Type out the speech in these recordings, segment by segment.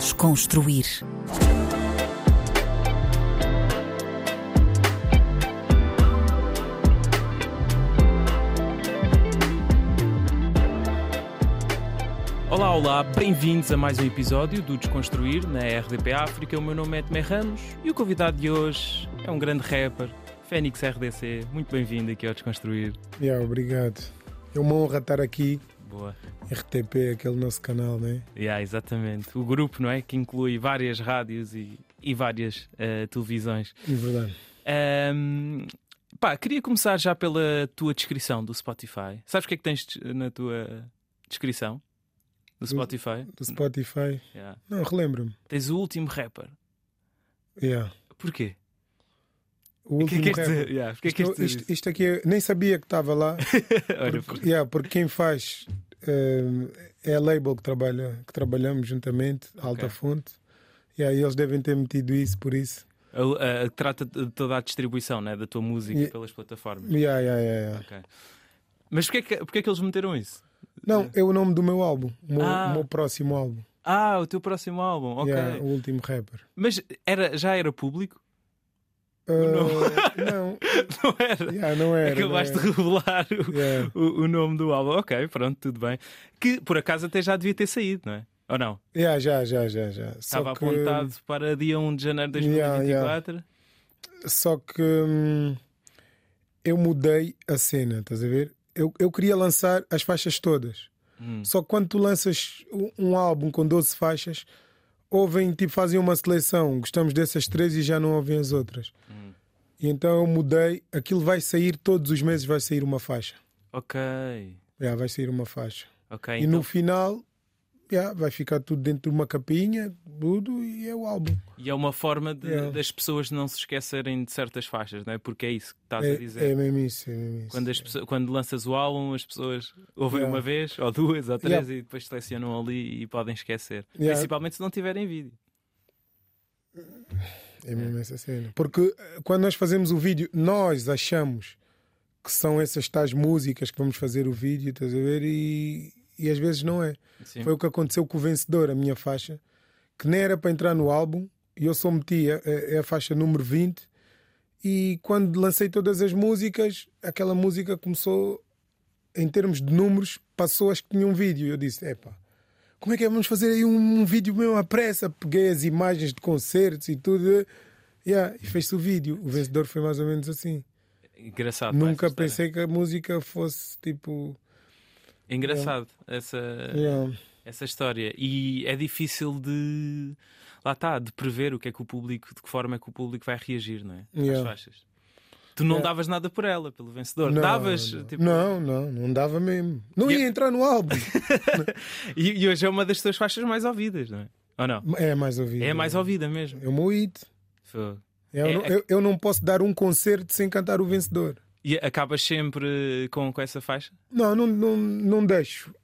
Desconstruir. Olá, olá, bem-vindos a mais um episódio do Desconstruir na RDP África. O meu nome é Tomé Ramos e o convidado de hoje é um grande rapper, Fênix RDC. Muito bem-vindo aqui ao Desconstruir. Obrigado. É uma honra estar aqui. Boa. RTP, aquele nosso canal, não é? Exatamente. O grupo, não é? Que inclui várias rádios e várias televisões. É verdade. Queria começar já pela tua descrição do Spotify. Sabes o que é que tens na tua descrição do Spotify? Do Spotify? Yeah. Não, relembro-me. Tens o último rapper. Porquê? O último rapper. Isto aqui nem sabia que estava lá. Porque quem faz é a label que trabalhamos juntamente, Alta Fonte. E eles devem ter metido isso por isso. Trata de toda a distribuição, né, da tua música pelas plataformas. Okay. Mas porquê é que eles meteram isso? Não, é o nome do meu álbum, o meu próximo álbum. O teu próximo álbum, ok. O último rapper. Mas já era público? Não. Não era? Não era. Acabaste de revelar o nome do álbum. Ok, pronto, tudo bem. Que por acaso até já devia ter saído, não é? Ou não? Já. Estava apontado para dia 1 de janeiro de 2024. Só que eu mudei a cena, estás a ver? Eu queria lançar as faixas todas. Só que quando tu lanças um álbum com 12 faixas, fazem uma seleção, gostamos dessas 3 e já não ouvem as outras. E então eu mudei, aquilo vai sair todos os meses, vai sair uma faixa. Ok. Vai sair uma faixa. Okay, e no final vai ficar tudo dentro de uma capinha, tudo, e é o álbum. E é uma forma das pessoas não se esquecerem de certas faixas, não é? Porque é isso que estás a dizer. É mesmo isso. Quando lanças o álbum, as pessoas ouvem uma vez, ou 2, ou 3 e depois selecionam ali e podem esquecer. Principalmente se não tiverem vídeo. É mesmo essa cena. Porque quando nós fazemos o vídeo, nós achamos que são essas tais músicas que vamos fazer o vídeo, estás a ver? E às vezes não é. Sim. Foi o que aconteceu com o Vencedor, a minha faixa, que nem era para entrar no álbum, e eu só meti a faixa número 20, e quando lancei todas as músicas, aquela música começou, em termos de números, passou as que tinham um vídeo. Eu disse, como é que vamos fazer aí um vídeo mesmo à pressa? Peguei as imagens de concertos e tudo, e fez-se o vídeo. O Vencedor foi mais ou menos assim. Engraçado. Nunca pensei que a música fosse tipo... Engraçado essa história. E é difícil de prever o que é que o público, de que forma é que o público vai reagir, não é? Às faixas. Tu não davas nada por ela, pelo Vencedor. Não, davas? Não dava mesmo. Não ia entrar no álbum. e hoje é uma das tuas faixas mais ouvidas, não é? Ou não? É mais ouvida. É a mais ouvida mesmo. É o meu hit. Eu não posso dar um concerto sem cantar o Vencedor. E acabas sempre com essa faixa? Não deixo.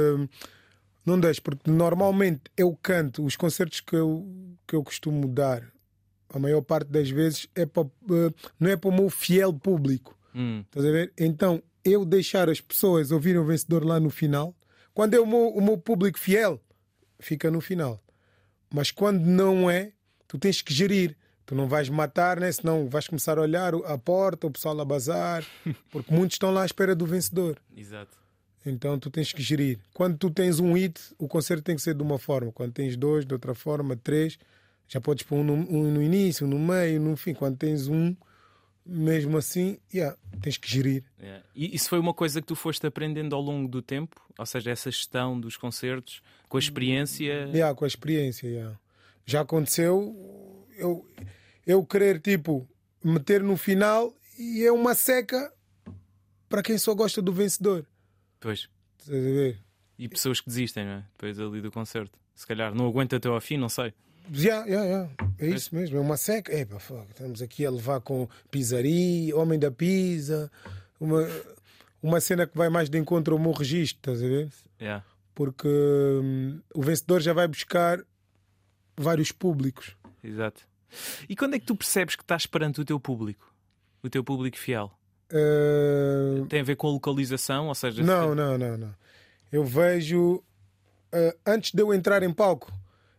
Não deixo, porque normalmente eu canto os concertos que eu costumo dar. A maior parte das vezes não é para o meu fiel público. Estás a ver? Então, eu deixar as pessoas ouvirem o Vencedor lá no final, quando é o meu público fiel, fica no final. Mas quando não é, tu tens que gerir. Tu não vais matar, né? Senão vais começar a olhar a porta, o pessoal a bazar, porque muitos estão lá à espera do Vencedor. Exato. Então tu tens que gerir. Quando tu tens um hit, o concerto tem que ser de uma forma. Quando tens 2, de outra forma, 3, já podes pôr um no início, no meio, no fim. Quando tens um, mesmo assim, tens que gerir. E isso foi uma coisa que tu foste aprendendo ao longo do tempo? Ou seja, essa gestão dos concertos, com a experiência? Com a experiência, Já aconteceu eu querer, meter no final, e é uma seca para quem só gosta do Vencedor. Pois. Estás a ver? E pessoas que desistem, não é? Depois ali do concerto. Se calhar não aguenta até ao fim, não sei. É isso mesmo, é uma seca. Estamos aqui a levar com pizzaria, Homem da Pizza, uma cena que vai mais de encontro ao meu registro, estás a ver? Porque o Vencedor já vai buscar vários públicos. Exato. E quando é que tu percebes que estás perante o teu público fiel? Tem a ver com a localização? Ou seja, não. Eu vejo, antes de eu entrar em palco,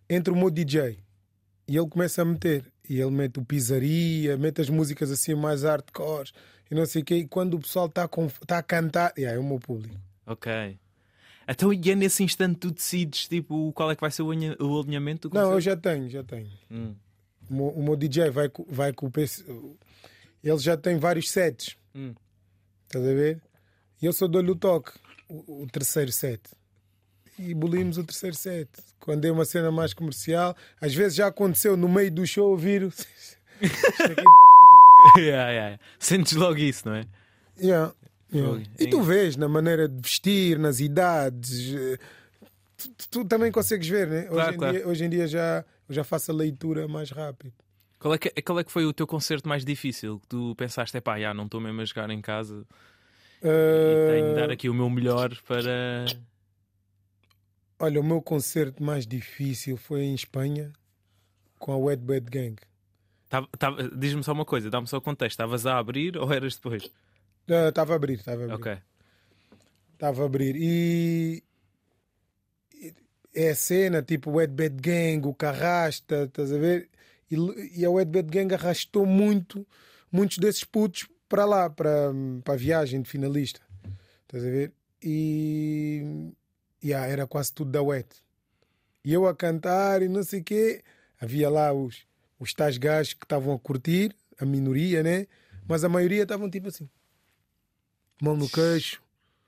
entra o meu DJ e ele começa a meter. E ele mete o Pizzaria, mete as músicas assim mais hardcore e não sei o quê. E quando o pessoal está a cantar, é o meu público. Ok. Então, e é nesse instante tu decides tipo, qual é que vai ser o alinhamento do concerto? Não, eu já tenho. O meu DJ vai com o PC. Ele já tem vários sets. Estás a ver? E eu só dou-lhe o toque, o terceiro set. E bolimos o terceiro set. Quando é uma cena mais comercial, às vezes já aconteceu no meio do show ouvir. Isto aqui tá... Sentes logo isso, não é? E tu vês na maneira de vestir, nas idades. Tu também consegues ver, né? Claro, hoje em dia já faço a leitura mais rápido. Qual é que foi o teu concerto mais difícil? Que tu pensaste, não estou mesmo a jogar em casa e tenho de dar aqui o meu melhor para... Olha, o meu concerto mais difícil foi em Espanha com a Wet Bad Gang. Diz-me só uma coisa, dá-me só o contexto. Estavas a abrir ou eras depois? Estava a abrir. Ok. Estava a abrir. E é a cena, tipo Wet Bad Gang, o que arrasta, estás a ver? E a Wet Bad Gang arrastou muitos desses putos para lá, para a viagem de finalista. Estás a ver? E era quase tudo da Wet. E eu a cantar e não sei o quê. Havia lá os tais gajos que estavam a curtir, a minoria, né? Mas a maioria estavam tipo assim. Mão no queixo.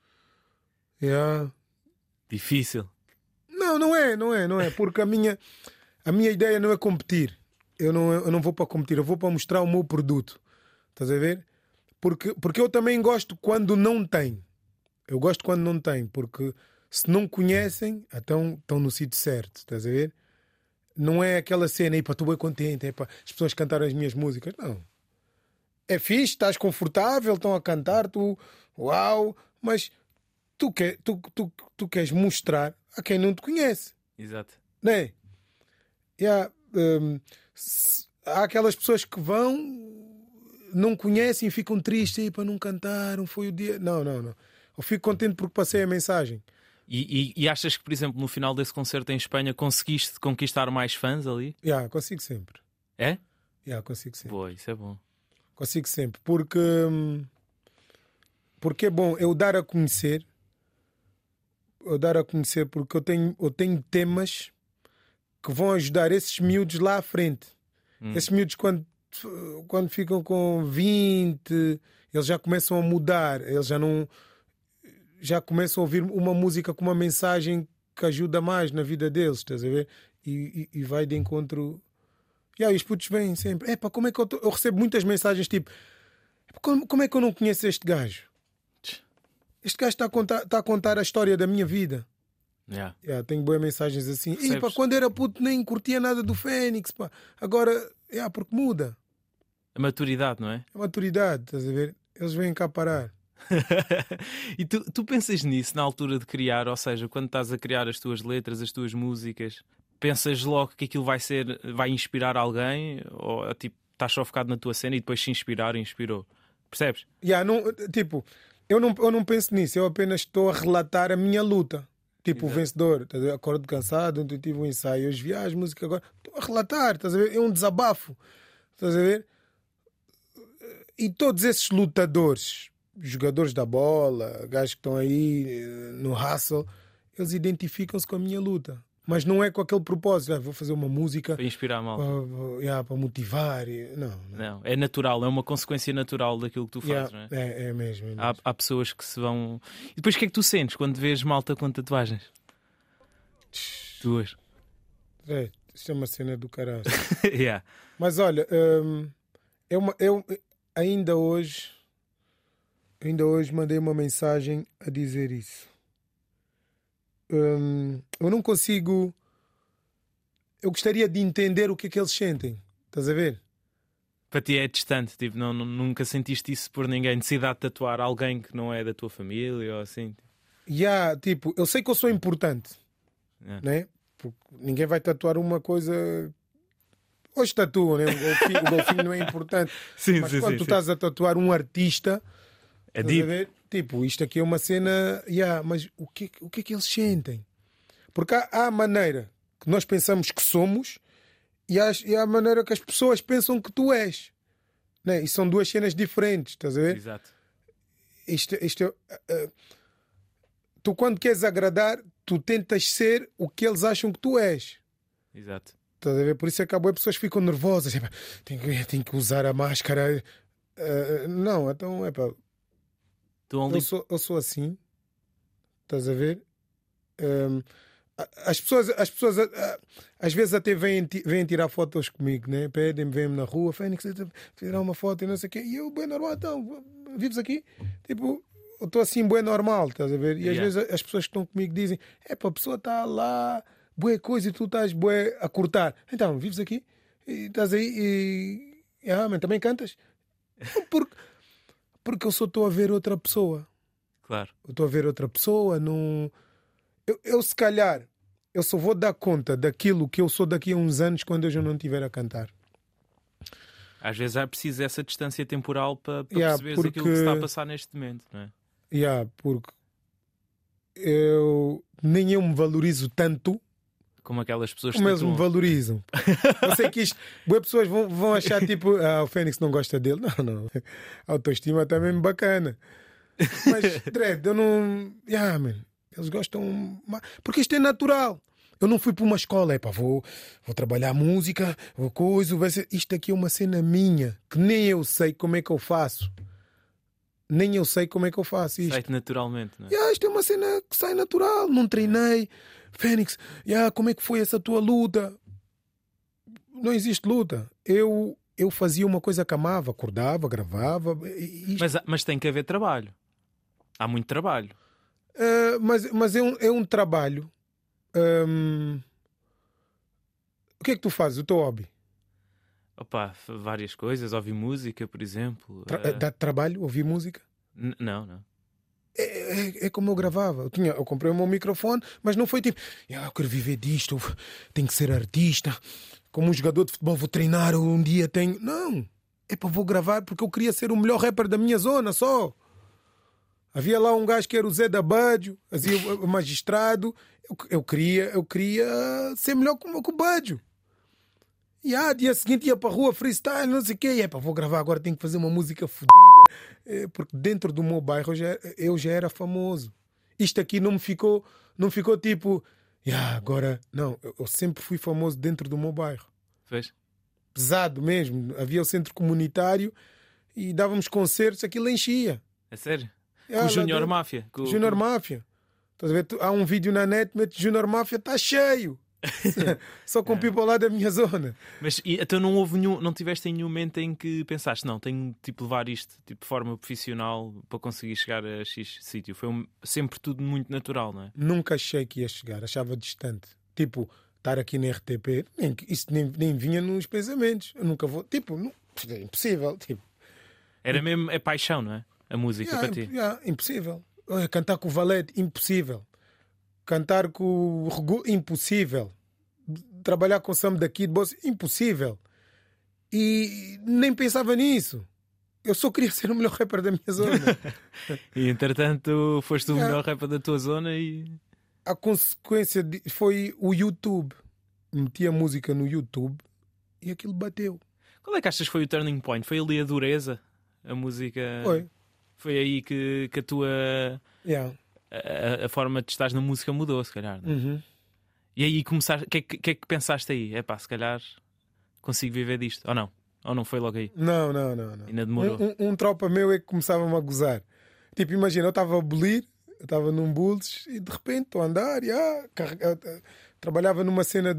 Difícil. Não é. Porque a minha ideia não é competir. Eu não vou para competir, eu vou para mostrar o meu produto. Estás a ver? Porque eu também gosto quando não tem. Eu gosto quando não tem, porque se não conhecem, então estão no sítio certo. Estás a ver? Não é aquela cena, estou bem contente, para as pessoas cantarem as minhas músicas. Não. É fixe, estás confortável, estão a cantar, tu, uau, mas tu queres mostrar a quem não te conhece. Exato. Não é? Há aquelas pessoas que vão, não conhecem e ficam tristes para não cantaram, foi o dia. Não. Eu fico contente porque passei a mensagem. E achas que, por exemplo, no final desse concerto em Espanha conseguiste conquistar mais fãs ali? Consigo sempre. É? Consigo sempre. Boa, isso é bom. Consigo sempre. Porque é bom eu dar a conhecer. Porque eu tenho temas que vão ajudar esses miúdos lá à frente. Esses miúdos quando ficam com 20, eles já começam a mudar. Eles já começam a ouvir uma música com uma mensagem que ajuda mais na vida deles, estás a ver? E vai de encontro. E os putos vêm sempre. Como é que eu recebo muitas mensagens tipo: como é que eu não conheço este gajo? Este gajo está a contar a história da minha vida. Tenho boas mensagens assim. Quando era puto nem curtia nada do Fênix. Pá. Agora, porque muda. A maturidade, não é? A maturidade, estás a ver? Eles vêm cá parar. E tu pensas nisso na altura de criar, ou seja, quando estás a criar as tuas letras, as tuas músicas, pensas logo que aquilo vai inspirar alguém, ou tipo, estás só focado na tua cena e depois se inspirou? Percebes? Eu não penso nisso, eu apenas estou a relatar a minha luta. Tipo, exato. O vencedor, tá, acordo cansado, ontem tive um ensaio, hoje viajo, música agora. Estou a relatar, estás a ver? É um desabafo, estás a ver? E todos esses lutadores, jogadores da bola, gajos que estão aí no hustle, eles identificam-se com a minha luta. Mas não é com aquele propósito, vou fazer uma música para inspirar mal, para motivar. Não, é natural, é uma consequência natural daquilo que tu fazes, não é? É mesmo. Há pessoas que se vão. E depois o que é que tu sentes quando vês malta com tatuagens? Tuas. Isto é uma cena do caralho. Mas olha, eu ainda hoje mandei uma mensagem a dizer isso. Eu não consigo. Eu gostaria de entender o que é que eles sentem. Estás a ver? Para ti é distante, tipo, nunca sentiste isso por ninguém, necessidade de tatuar alguém que não é da tua família ou assim? Tipo, eu sei que eu sou importante, né? Porque ninguém vai tatuar uma coisa. Hoje tatuam, né? O golfinho não é importante. Mas quando tu estás a tatuar um artista, é deep. A ver? Tipo, isto aqui é uma cena. Mas o que é que eles sentem? Porque há a maneira que nós pensamos que somos e a maneira que as pessoas pensam que tu és. Né? E são duas cenas diferentes, estás a ver? Exato. Tu, quando queres agradar, tu tentas ser o que eles acham que tu és. Exato. Estás a ver? Por isso é que as pessoas ficam nervosas. Tenho que usar a máscara. Não, então eu sou assim. Estás a ver? As pessoas às vezes até vêm tirar fotos comigo, né? Pedem-me, vêm-me na rua, Fênix, tirar uma foto e não sei o quê. E eu, bem normal, então, vives aqui? Tipo, eu estou assim, bem normal, estás a ver? E às vezes as pessoas que estão comigo dizem: a pessoa está lá, boa coisa, e tu estás bué a cortar. Então, vives aqui? E estás aí e. Mas também cantas? Porque eu só estou a ver outra pessoa. Claro. Eu estou a ver outra pessoa, não. Eu se calhar, eu só vou dar conta daquilo que eu sou daqui a uns anos quando eu já não estiver a cantar. Às vezes é preciso essa distância temporal para perceberes aquilo que se está a passar neste momento, não é? Porque nem eu me valorizo tanto como aquelas pessoas como eles me valorizam. Eu sei que isto, boas pessoas vão achar tipo, o Fênix não gosta dele. Não. A autoestima está mesmo bacana. Mas, Dredd, eu não. Eles gostam. Porque isto é natural. Eu não fui para uma escola, vou trabalhar música, vou coisa. Isto aqui é uma cena minha, que nem eu sei como é que eu faço. Nem eu sei como é que eu faço isto. Sai-te naturalmente, não é? Isto é uma cena que sai natural. Não treinei. Fênix, como é que foi essa tua luta? Não existe luta. Eu fazia uma coisa que amava, acordava, gravava. Mas tem que haver trabalho. Há muito trabalho. Mas é um trabalho. O que é que tu fazes? O teu hobby? Várias coisas. Ouvir música, por exemplo. Dá-te trabalho ouvir música? Não. É como eu gravava. Eu comprei o meu microfone, mas não foi tipo, eu quero viver disto, tenho que ser artista. Como um jogador de futebol, vou treinar, um dia tenho. Não. Vou gravar porque eu queria ser o melhor rapper da minha zona só. Havia lá um gajo que era o Zé da Badio, fazia o magistrado. Eu queria ser melhor que o Badio. E dia seguinte ia para a rua freestyle, não sei o quê. Vou gravar agora, tenho que fazer uma música fodida. Porque dentro do meu bairro eu já era famoso. Isto aqui não ficou tipo, agora. Não, eu sempre fui famoso dentro do meu bairro. Fez? Pesado mesmo. Havia o centro comunitário e dávamos concertos, aquilo enchia. É sério? Com o Junior Máfia. Junior Máfia. Estás a ver? Há um vídeo na net, mete Junior Máfia, está cheio. Só com people lá da minha zona. Mas então não tiveste em nenhum momento em que pensaste, não, tenho tipo levar isto tipo, de forma profissional para conseguir chegar a X sítio? Foi sempre tudo muito natural, não é? Nunca achei que ia chegar, achava distante. Tipo, estar aqui na RTP, isso nem vinha nos pensamentos. Eu nunca vou, é impossível. Era mesmo, é paixão, não é? A música para ti. Impossível. Cantar com o Valete, impossível. Cantar com o Regu, impossível. Trabalhar com o Sam daqui de Boss, impossível. E nem pensava nisso. Eu só queria ser o melhor rapper da minha zona. E entretanto foste o melhor rapper da tua zona e... A consequência foi o YouTube. Meti a música no YouTube e aquilo bateu. Qual é que achas que foi o turning point? Foi ali a dureza? A música... Foi aí que a tua... A forma de estás na música mudou, se calhar. Não é? Uhum. E aí começaste... O que é que pensaste aí? Se calhar consigo viver disto. Ou não? Ou não foi logo aí? Não. Ainda demorou. Um tropa meu é que começava-me a gozar. Tipo, imagina, eu estava a bolir, eu estava num Bulls e de repente estou a andar, trabalhava numa cena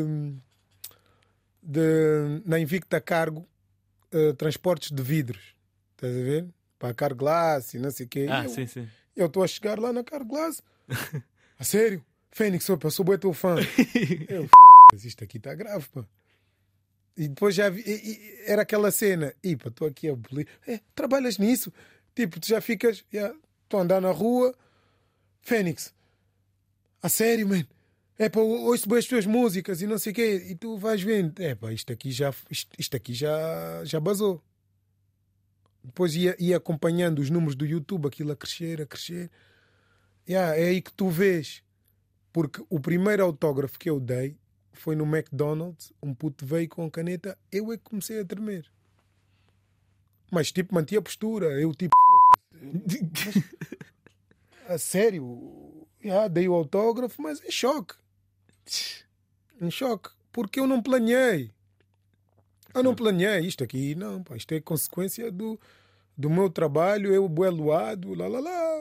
na Invicta Cargo, transportes de vidros. Estás a ver? Para a Carglass e não sei o quê. Sim. Eu estou a chegar lá na Carglass. A sério? Fênix, eu sou bem teu fã. Isto aqui está grave, pá. E depois já era aquela cena. Estou aqui a bolir. Trabalhas nisso? Tipo, tu já ficas... Estou a andar na rua. Fênix. A sério, man? Ouço bem as tuas músicas e não sei o quê. E tu vais vendo. Isto aqui já basou. Depois ia acompanhando os números do YouTube, aquilo a crescer. É aí que tu vês. Porque o primeiro autógrafo que eu dei foi no McDonald's, um puto veio com a caneta, eu é que comecei a tremer. Mas tipo, mantinha a postura, eu tipo... a sério, dei o autógrafo, mas em choque. Em choque, porque eu não planeei. Eu não planeei isto aqui, não, pá, isto é consequência do meu trabalho, eu bueloado, lá.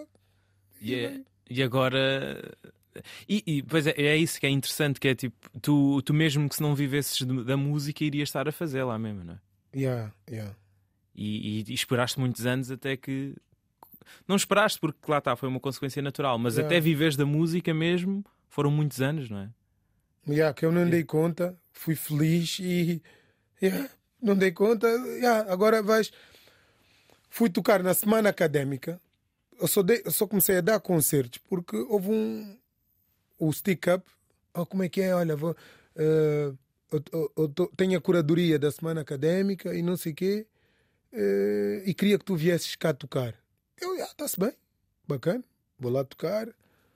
E agora... pois é isso que é interessante, que é tipo, tu mesmo que se não vivesses da música, irias estar a fazer lá mesmo, não é? Yeah. E esperaste muitos anos até que... Não esperaste porque lá está, foi uma consequência natural, mas até viveres da música mesmo, foram muitos anos, não é? Que eu não dei conta, fui feliz e não dei conta, agora vais... Fui tocar na semana académica, eu só comecei a dar concertos porque houve o Stick Up, como é que é, olha, tenho a curadoria da semana académica e não sei o quê, e queria que tu viesses cá tocar. Eu, está-se bem, bacana, vou lá tocar.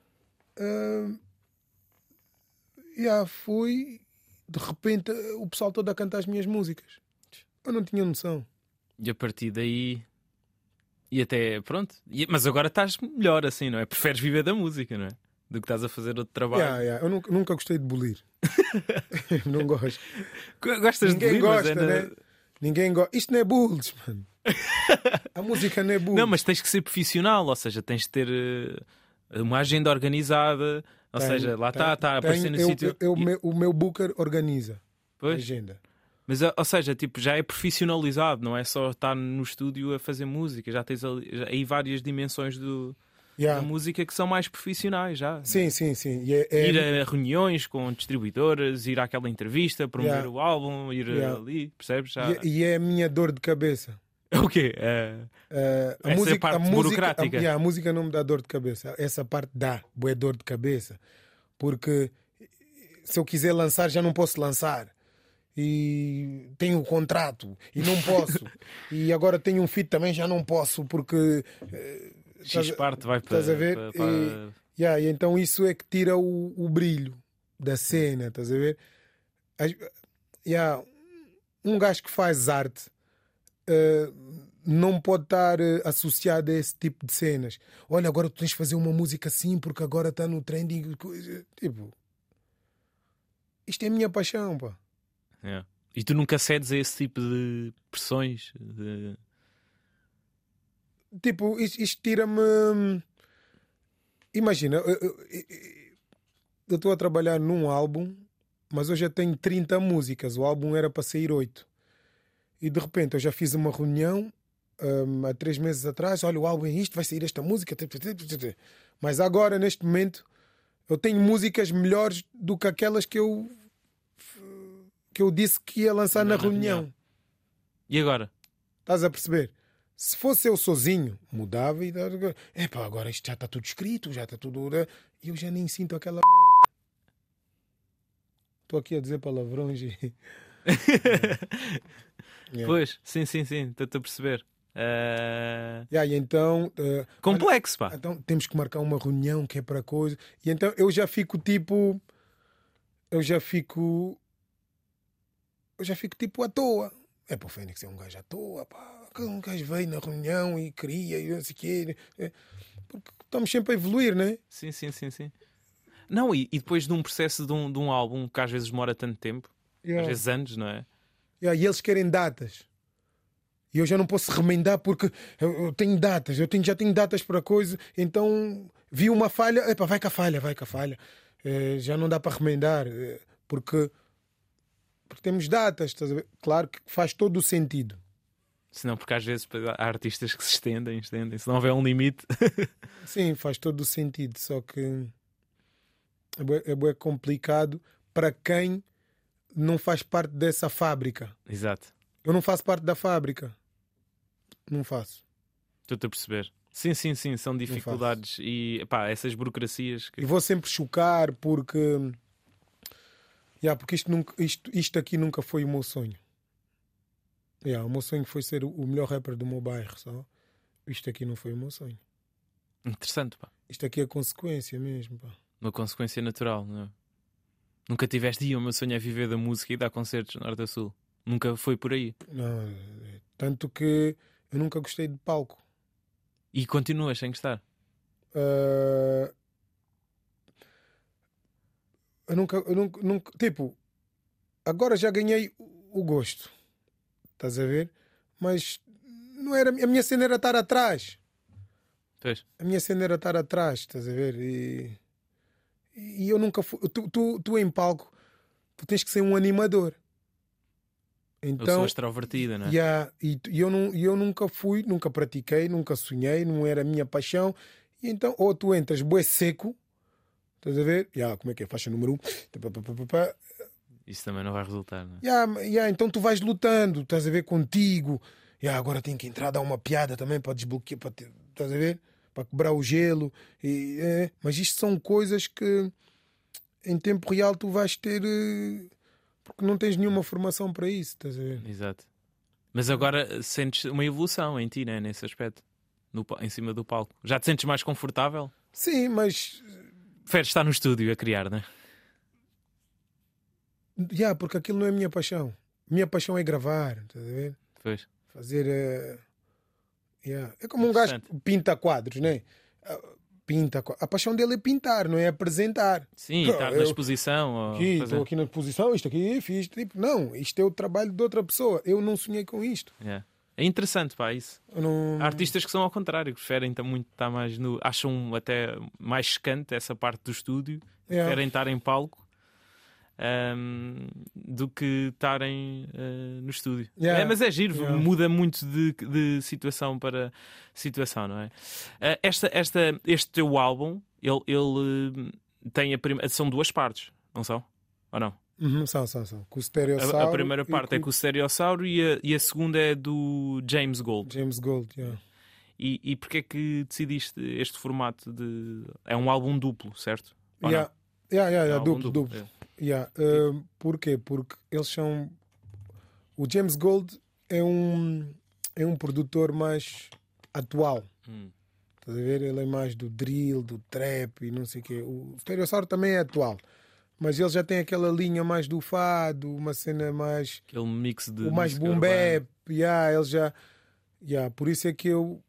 Fui, de repente o pessoal todo a cantar as minhas músicas. Eu não tinha noção. E a partir daí... E até, pronto. Mas agora estás melhor assim, não é? Preferes viver da música, não é? Do que estás a fazer outro trabalho. Eu nunca gostei de bolir. Não gosto. Gostas Ninguém de bolir, gosta, né? Ninguém gosta. Isto não é bulls, mano. A música não é bulls. Não, mas tens que ser profissional, ou seja, tens de ter uma agenda organizada. Ou seja, lá está a aparecer no sítio. O meu booker organiza a agenda. Mas, ou seja, tipo, já é profissionalizado, não é só estar no estúdio a fazer música. Já tens aí várias dimensões da música que são mais profissionais já. Sim. Ir a reuniões com distribuidoras, ir àquela entrevista, promover o álbum, ir ali, percebes? E é a minha dor de cabeça. O quê? Essa parte burocrática. A música não me dá dor de cabeça. Essa parte dá boa dor de cabeça. Porque se eu quiser lançar, já não posso lançar. E tenho um contrato e não posso. E agora tenho um feat também, já não posso porque X parte vai para... Estás a ver? E então isso é que tira o brilho da cena, estás a ver? Um gajo que faz arte não pode estar associado a esse tipo de cenas. Olha, agora tu tens de fazer uma música assim porque agora está no trending. Tipo, isto é a minha paixão, pá. E tu nunca cedes a esse tipo de pressões? Tipo, isto tira-me... Imagina, eu estou a trabalhar num álbum, mas eu já tenho 30 músicas. O álbum era para sair 8. E de repente eu já fiz uma reunião há 3 meses atrás. Olha, o álbum é isto, vai sair esta música. Mas agora, neste momento, eu tenho músicas melhores do que aquelas que eu disse que ia lançar na reunião. E agora? Estás a perceber? Se fosse eu sozinho, mudava e... agora isto já está tudo escrito, já está tudo... E eu já nem sinto aquela merda. Estou aqui a dizer palavrões e... Pois, sim, estou-te a perceber. E então... Complexo, pá. Então temos que marcar uma reunião que é para coisa... E então eu já fico tipo... Eu já fico tipo à toa. Para o Fênix é um gajo à toa, pá. Um gajo veio na reunião e queria e não sei o quê. Porque estamos sempre a evoluir, não é? Sim. Não, e depois de um processo de um álbum que às vezes demora tanto tempo, às vezes anos, não é? E eles querem datas. E eu já não posso remendar porque eu tenho datas. Já tenho datas para coisa. Então vi uma falha. Vai com a falha. Já não dá para remendar. Porque temos datas. Estás a ver? Claro que faz todo o sentido. Senão, porque às vezes há artistas que se estendem. Se não houver um limite. Sim, faz todo o sentido. Só que é bué complicado para quem não faz parte dessa fábrica. Exato. Eu não faço parte da fábrica. Não faço. Estou-te a perceber. Sim. São dificuldades e essas burocracias. E vou sempre chocar porque... porque isto aqui nunca foi o meu sonho. O meu sonho foi ser o melhor rapper do meu bairro, só. Isto aqui não foi o meu sonho. Interessante, pá. Isto aqui é consequência mesmo, pá. Uma consequência natural, não é? Nunca tiveste, o meu sonho é viver da música e dar concertos de norte a sul. Nunca foi por aí. Não, tanto que eu nunca gostei de palco. E continuas sem gostar? Eu nunca, tipo, agora já ganhei o gosto, estás a ver? Mas não era, a minha cena era estar atrás. Pois. A minha cena era estar atrás, estás a ver? E eu nunca fui. Tu em palco, tu tens que ser um animador. Então, eu sou extrovertida, não é? E eu nunca fui, nunca pratiquei, nunca sonhei, não era a minha paixão. E então, ou tu entras bué seco, estás a ver? Como é que é? Faixa número 1. Isso também não vai resultar, não é? Então tu vais lutando, estás a ver, contigo. Agora tenho que entrar, dar uma piada também para desbloquear, estás a ver? Para quebrar o gelo. Mas isto são coisas que em tempo real tu vais ter. Porque não tens nenhuma formação para isso, estás a ver? Exato. Mas agora sentes uma evolução em ti, né? Nesse aspecto, em cima do palco. Já te sentes mais confortável? Sim, mas. Preferes estar no estúdio a criar, não é? Porque aquilo não é a minha paixão. Minha paixão é gravar, estás a ver? Pois. Fazer. É como um gajo que pinta quadros, né? A paixão dele é pintar, não é apresentar. Sim, estar na exposição. Estou aqui na exposição, isto aqui fiz. Tipo, não, isto é o trabalho de outra pessoa. Eu não sonhei com isto. É interessante, pá, isso. Há artistas que são ao contrário, que preferem muito estar mais no. Acham até mais secante essa parte do estúdio, preferem estar em palco do que estarem no estúdio. Mas é giro, muda muito de situação para situação, não é? Este teu álbum, ele tem são duas partes, não são? Ou não? São. Com o Stereossauro. A primeira parte é com o Stereossauro e a segunda é do James Gold. E porquê é que decidiste este formato de. É um álbum duplo, certo? Duplo. Porquê? Porque eles são. O James Gold é um produtor mais atual. Estás a ver? Ele é mais do drill, do trap e não sei o quê. O Stereossauro também é atual. Mas ele já tem aquela linha mais do fado, uma cena mais. Aquele mix de. O mais boom bap. Ele já. Por isso é que eu.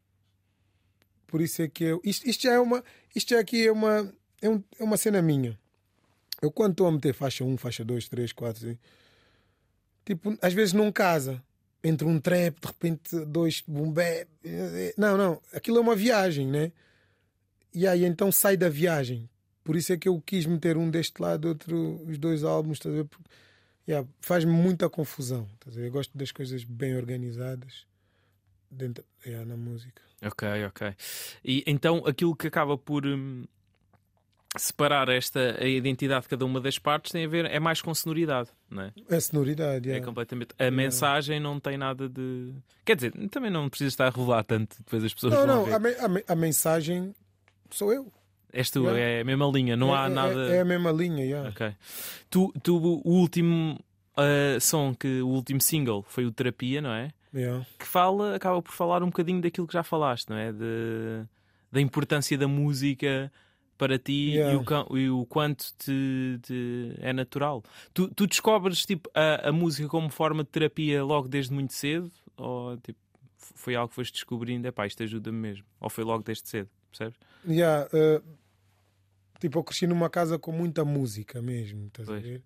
Isto já é uma. Isto já aqui é uma. É uma cena minha. Eu quando estou a meter faixa 1, faixa 2, 3, 4, assim, tipo, às vezes não casa. Entre um trap, de repente, dois boom bap. Não. Aquilo é uma viagem, né? E então sai da viagem. Por isso é que eu quis meter um deste lado, outro, os dois álbuns, estás a ver? Faz-me muita confusão. Estás a ver? Eu gosto das coisas bem organizadas dentro, na música. Ok. E então aquilo que acaba por separar a identidade de cada uma das partes tem a ver, é mais com sonoridade, não é? É sonoridade, é completamente. A mensagem não tem nada de. Quer dizer, também não precisa estar a revelar tanto, depois as pessoas vão ver. A mensagem sou eu. És tu, é a mesma linha, não há nada. É a mesma linha, Ok. Tu o último o último single foi o Terapia, não é? Que acaba por falar um bocadinho daquilo que já falaste, não é? Da importância da música para ti e o quanto te é natural. Tu descobres tipo, a música como forma de terapia logo desde muito cedo? Ou tipo, foi algo que foste descobrindo? Isto ajuda-me mesmo. Ou foi logo desde cedo? Percebes? Tipo, eu cresci numa casa com muita música mesmo, estás a ver?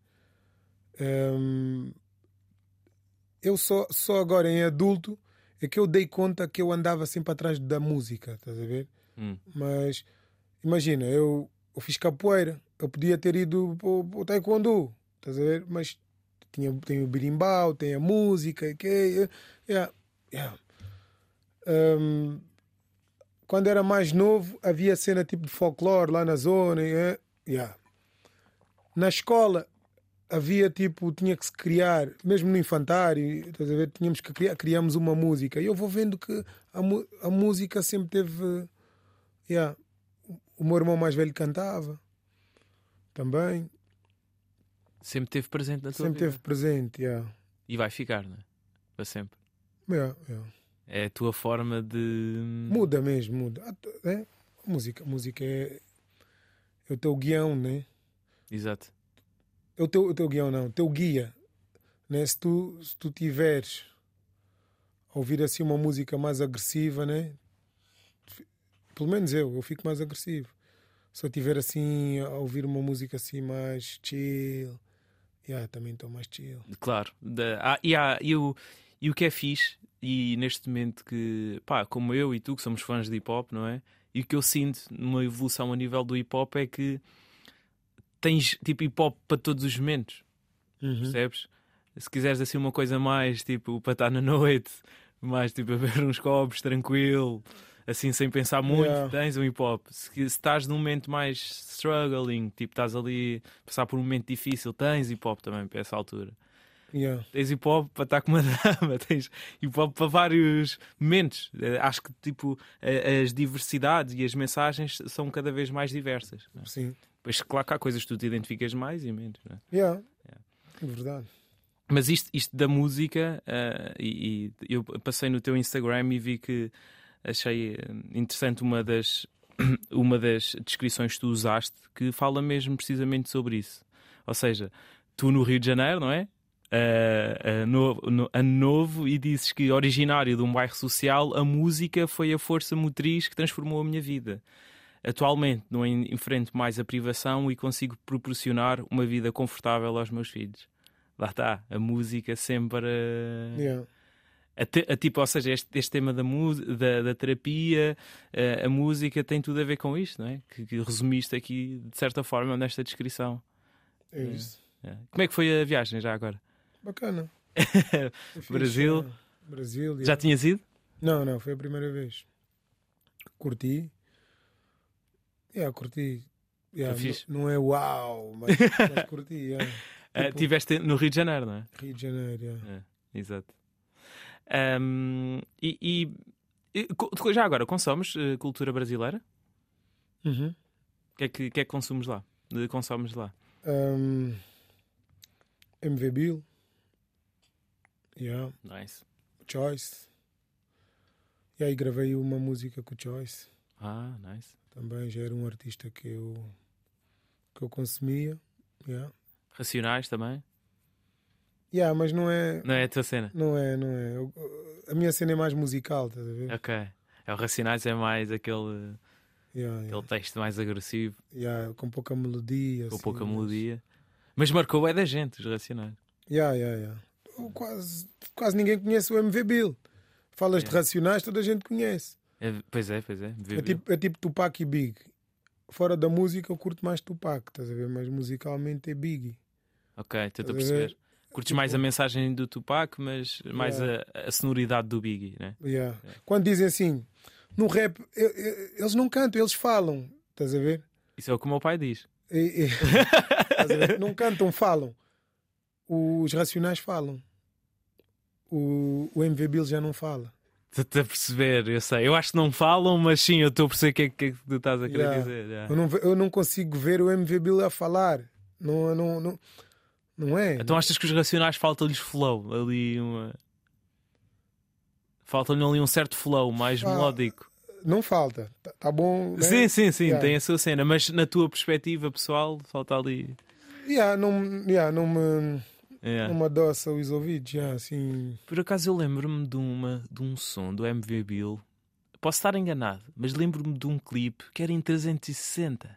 Eu só agora em adulto é que eu dei conta que eu andava sempre atrás da música, estás a ver? Mas imagina, eu fiz capoeira, eu podia ter ido para o taekwondo, estás a ver? Mas tem o berimbau, tem a música, quando era mais novo havia cena tipo de folclore lá na zona. Na escola havia tipo, tinha que se criar, mesmo no infantário, estás a ver? Tínhamos que criamos uma música. E eu vou vendo que a música sempre teve. O meu irmão mais velho cantava também. Sempre teve presente na tua vida. Sempre teve presente, E vai ficar, não é? Para sempre. É a tua forma de. Muda mesmo, muda. Música é o teu guião, né? Exato. O teu guião não, o teu guia, né? Se tu tiveres a ouvir assim uma música mais agressiva, né? Pelo menos eu fico mais agressivo. Se eu tiver assim a ouvir uma música assim mais chill, também estou mais chill. Claro. E o que é fixe, e neste momento que, pá, como eu e tu que somos fãs de hip hop, não é? E o que eu sinto numa evolução a nível do hip hop é que tens tipo hip hop para todos os momentos, percebes? Se quiseres assim uma coisa mais tipo para estar na noite, mais tipo a ver uns copos tranquilo, assim sem pensar muito, tens um hip hop. Se estás num momento mais struggling, tipo estás ali a passar por um momento difícil, tens hip hop também para essa altura. Tens hip hop para estar com uma dama, tens hip hop para vários momentos. Acho que tipo as diversidades e as mensagens são cada vez mais diversas, não é? Sim. Pois claro que há coisas que tu te identificas mais e menos, não é? É verdade. Mas isto da música, e eu passei no teu Instagram e vi que achei interessante uma das descrições que tu usaste, que fala mesmo precisamente sobre isso. Ou seja, tu no Rio de Janeiro, não é? Ano novo, e dizes que, originário de um bairro social, a música foi a força motriz que transformou a minha vida. Atualmente não enfrento mais a privação e consigo proporcionar uma vida confortável aos meus filhos. Lá está, a música sempre tipo, ou seja, este tema da terapia, a música tem tudo a ver com isto, não é? Que resumiste aqui de certa forma nesta descrição. É isso. Como é que foi a viagem já agora? Bacana. Brasil. Já tinhas ido? Não, foi a primeira vez. Curti. Curti. Não é uau, mas curti. Tipo... Tiveste no Rio de Janeiro, não é? Rio de Janeiro, exato. Já agora, consomes cultura brasileira? O que é que consumes lá? Consomes lá? MV Bill. Nice. Choice. E aí gravei uma música com o Choice. Nice. Também já era um artista que eu consumia. Racionais também? Mas não é... Não é a tua cena? Não é. A minha cena é mais musical, estás a ver? Ok. O Racionais é mais aquele texto mais agressivo. Com pouca melodia. Com pouca melodia. Mas marcou da gente, os Racionais. Quase ninguém conhece o MV Bill. Falas de Racionais, toda a gente conhece. Pois é. É tipo Tupac e Big. Fora da música eu curto mais Tupac, estás a ver? Mas musicalmente é Biggie. Ok, estou a perceber. Curtes mais a mensagem do Tupac, mas mais a sonoridade do Biggie, né? Quando dizem assim, no rap, eles não cantam, eles falam, estás a ver? Isso é o que o meu pai diz. Estás a ver? Não cantam, falam. Os Racionais falam. O MV Bill já não fala. Estou a perceber, eu sei. Eu acho que não falam, mas sim, eu estou a perceber o que é que tu estás a querer dizer. Eu não consigo ver o MV Bill a falar. Não é? Então achas que os Racionais faltam-lhes flow? Falta-lhe ali um certo flow mais melódico. Não falta. Tá bom, né? Sim, tem a sua cena. Mas na tua perspectiva pessoal, falta ali... Não me adoça os ouvidos, assim... Por acaso eu lembro-me de um som do MV Bill. Posso estar enganado, mas lembro-me de um clipe que era em 360.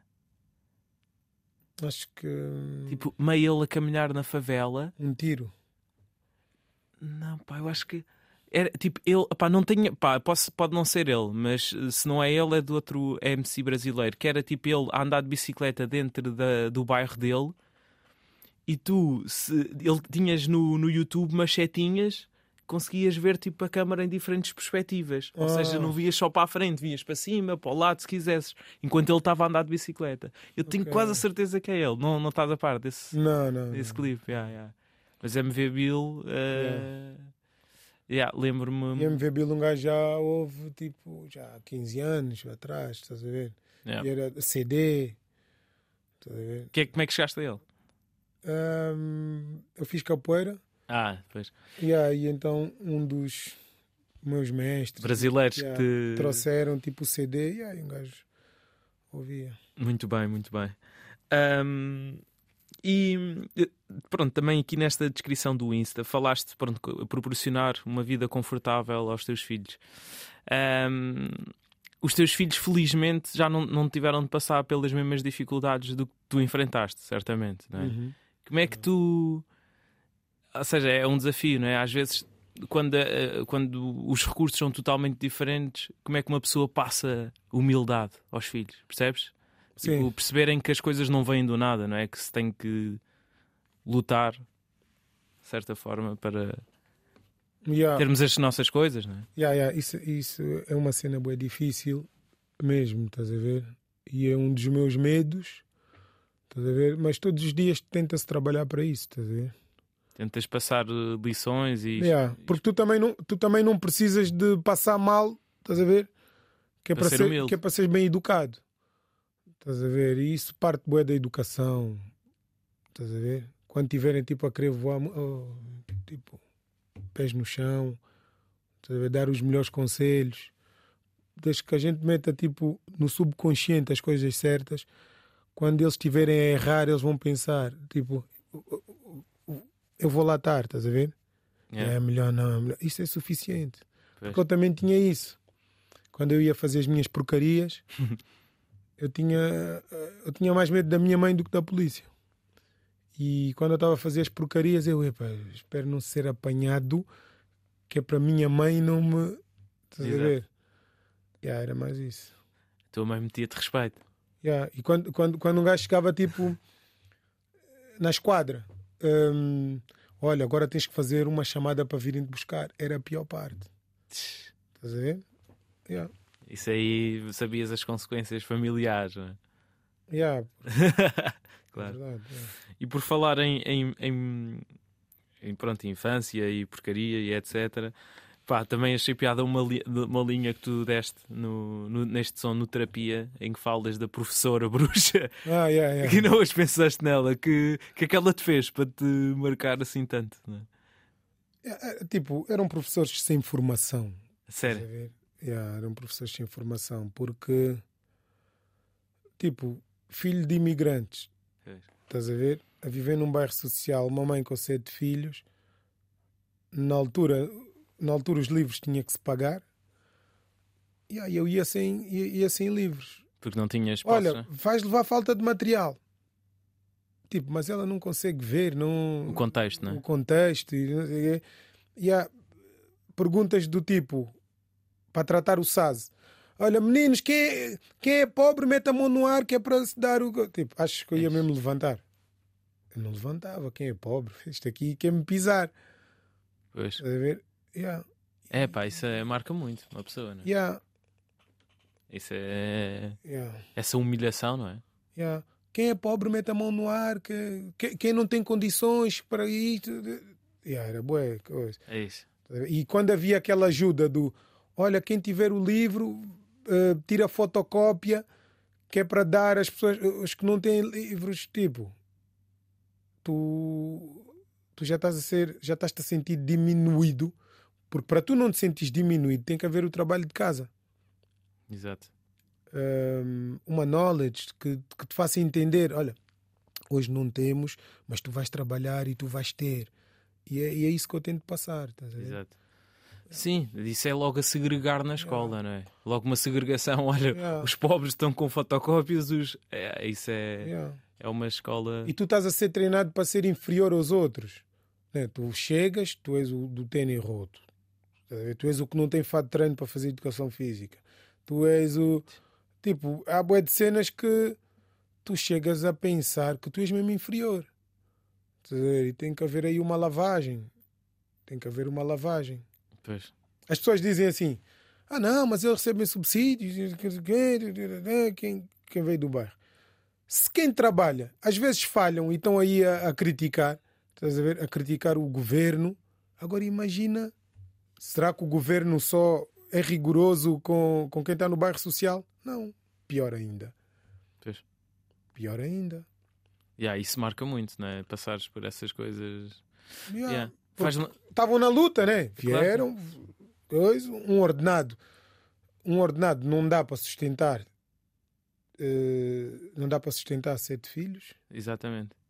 Acho que... Tipo, meio ele a caminhar na favela. Um tiro. Não, pá, eu acho que... Era tipo, ele... Pá, não tenho... Pá, pode não ser ele, mas se não é ele, é do outro MC brasileiro. Que era tipo ele a andar de bicicleta dentro do bairro dele. E tu, ele tinhas no YouTube umas setinhas, conseguias ver tipo a câmara em diferentes perspectivas. Ou seja, não vias só para a frente, vias para cima, para o lado, se quisesses, enquanto ele estava a andar de bicicleta. Eu tenho quase a certeza que é ele. Não estás a par desse clipe. Mas MV Bill, lembro-me. E MV Bill um gajo já houve tipo já há 15 anos atrás, estás a ver? E era CD. Estás a ver? Como é que chegaste a ele? Eu fiz capoeira. Pois. E então um dos meus mestres brasileiros que te trouxeram tipo o CD e aí um gajo ouvia. Muito bem, muito bem. E pronto, também aqui nesta descrição do Insta falaste, pronto, proporcionar uma vida confortável aos teus filhos. Os teus filhos felizmente já não tiveram de passar pelas mesmas dificuldades do que tu enfrentaste, certamente, não é? Como é que tu... Ou seja, é um desafio, não é? Às vezes quando os recursos são totalmente diferentes, como é que uma pessoa passa humildade aos filhos, percebes? Tipo, perceberem que as coisas não vêm do nada, não é? Que se tem que lutar, de certa forma, para termos as nossas coisas, não é? Isso é uma cena bem difícil mesmo, estás a ver? E é um dos meus medos, estás a ver? Mas todos os dias tenta-se trabalhar para isso, estás a ver? Tentas passar lições e... Porque tu também não precisas de passar mal, estás a ver? Que é para ser bem educado. Estás a ver? E isso parte bué da educação. Estás a ver? Quando tiverem tipo a querer voar, tipo, pés no chão, estás a ver? Dar os melhores conselhos. Desde que a gente meta tipo no subconsciente as coisas certas, quando eles estiverem a errar, eles vão pensar, tipo, eu vou lá estar, estás a ver? É melhor não, é melhor. Isso é suficiente. Porque eu também tinha isso. Quando eu ia fazer as minhas porcarias, eu tinha mais medo da minha mãe do que da polícia. E quando eu estava a fazer as porcarias, espero não ser apanhado, que é para a minha mãe não me... Estás a ver? Era mais isso. A tua mãe metia-te respeito. E quando um gajo chegava tipo na esquadra, olha, agora tens que fazer uma chamada para virem te buscar. Era a pior parte. Estás a ver? Isso aí sabias as consequências familiares, não é? Claro. É verdade, E por falar em infância e porcaria e etc. Também achei piada uma linha que tu deste neste som, no Terapia, em que falas da professora bruxa. Que não hoje pensaste nela, que aquela te fez para te marcar assim tanto, não é? Tipo, eram professores sem formação. Sério? Eram professores sem formação, porque tipo, filho de imigrantes, estás a ver? A viver num bairro social, uma mãe com 7 filhos, na altura os livros tinha que se pagar. Eu ia sem livros. Porque não tinha espaço. Olha, vais levar falta de material. Tipo, mas ela não consegue ver o contexto, não é? O contexto. E há perguntas do tipo, para tratar o SAS. Olha, meninos, quem é pobre, mete a mão no ar, que é para se dar o... Tipo, acho que eu ia mesmo levantar. Eu não levantava. Quem é pobre? Isto aqui quer me pisar. Pois. Estás a ver? Isso marca muito uma pessoa, não é? Isso é... Essa humilhação, não é? Quem é pobre mete a mão no ar, quem não tem condições para isso... Era bué coisa. É isso. E quando havia aquela ajuda do... Olha, quem tiver o livro, tira fotocópia, que é para dar às pessoas... Os que não têm livros, tipo... Tu já estás a sentir diminuído, porque para tu não te sentires diminuído tem que haver o trabalho de casa. Exato. Uma knowledge que te faça entender, olha, hoje não temos, mas tu vais trabalhar e tu vais ter. E é isso que eu tento passar. Estás a ver? Exato. Sim, isso é logo a segregar na escola, não é? Logo uma segregação, olha, os pobres estão com fotocópias, isso é uma escola... E tu estás a ser treinado para ser inferior aos outros. Né? Tu chegas, tu és o do ténis roto. Tu és o que não tem fato de treino para fazer educação física. Tu és o... Tipo, há bué de cenas que tu chegas a pensar que tu és mesmo inferior. E tem que haver aí uma lavagem. Pois. As pessoas dizem assim, não, mas eles recebem subsídios, quem veio do bairro. Se quem trabalha, às vezes falham e estão aí a criticar, estás a ver? A criticar o governo. Agora imagina, será que o governo só é rigoroso com quem está no bairro social? Não, pior ainda. Pois. Pior ainda. Isso marca muito, não é? Passares por essas coisas. Estavam na luta, né? Vieram, um ordenado. Um ordenado não dá para sustentar. Não dá para sustentar 7 filhos. Exatamente.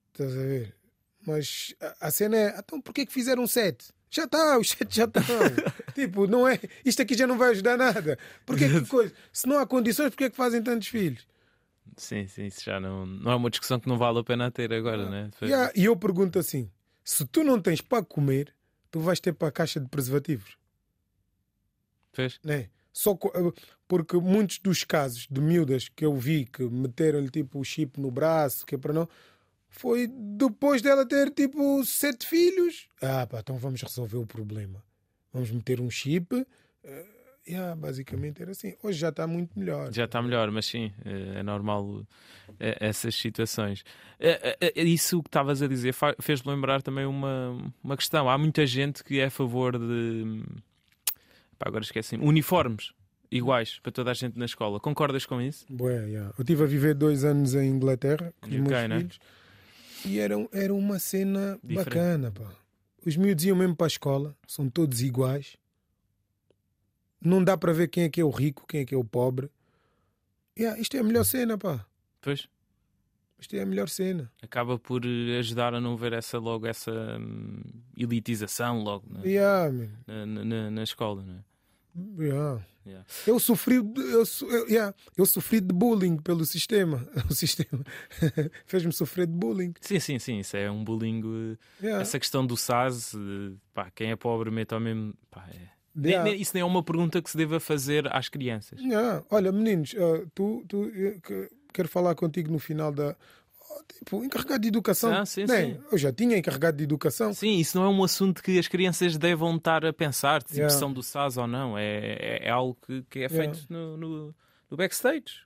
Estás a ver? Mas a cena é, então porquê que fizeram 7? Já está, os 7 já estão. Tipo, não é, isto aqui já não vai ajudar nada. Porquê que coisa? Se não há condições, porquê que fazem tantos filhos? Sim, isso já não é uma discussão que não vale a pena ter agora, né? E eu pergunto assim, se tu não tens para comer, tu vais ter para a caixa de preservativos. Fez? Né? Só porque muitos dos casos de miúdas que eu vi que meteram-lhe tipo o chip no braço, que é para não... Foi depois dela ter tipo 7 filhos. Então vamos resolver o problema. Vamos meter um chip. Basicamente era assim. Hoje já está muito melhor. Já está melhor, mas sim, é normal essas situações. Isso que estavas a dizer fez-me lembrar também uma questão. Há muita gente que é a favor de... agora esqueci-me. Uniformes iguais para toda a gente na escola. Concordas com isso? Eu estive a viver 2 anos em Inglaterra com os meus filhos. E era uma cena bacana, pá. Os miúdos iam mesmo para a escola, são todos iguais. Não dá para ver quem é o rico, quem é que é o pobre. Isto é a melhor cena, pá. Pois. Isto é a melhor cena. Acaba por ajudar a não ver essa elitização logo na escola, não é? Eu sofri de bullying pelo sistema. O sistema fez-me sofrer de bullying. Sim, isso é um bullying. Essa questão do SAS, quem é pobre mete ao mesmo. Isso nem é uma pergunta que se deva fazer às crianças. Olha, meninos, quero falar contigo no final da. Tipo, encarregado de educação. Sim. Eu já tinha encarregado de educação. Sim, isso não é um assunto que as crianças devam estar a pensar, se são do SAS ou não. É algo que é feito no backstage.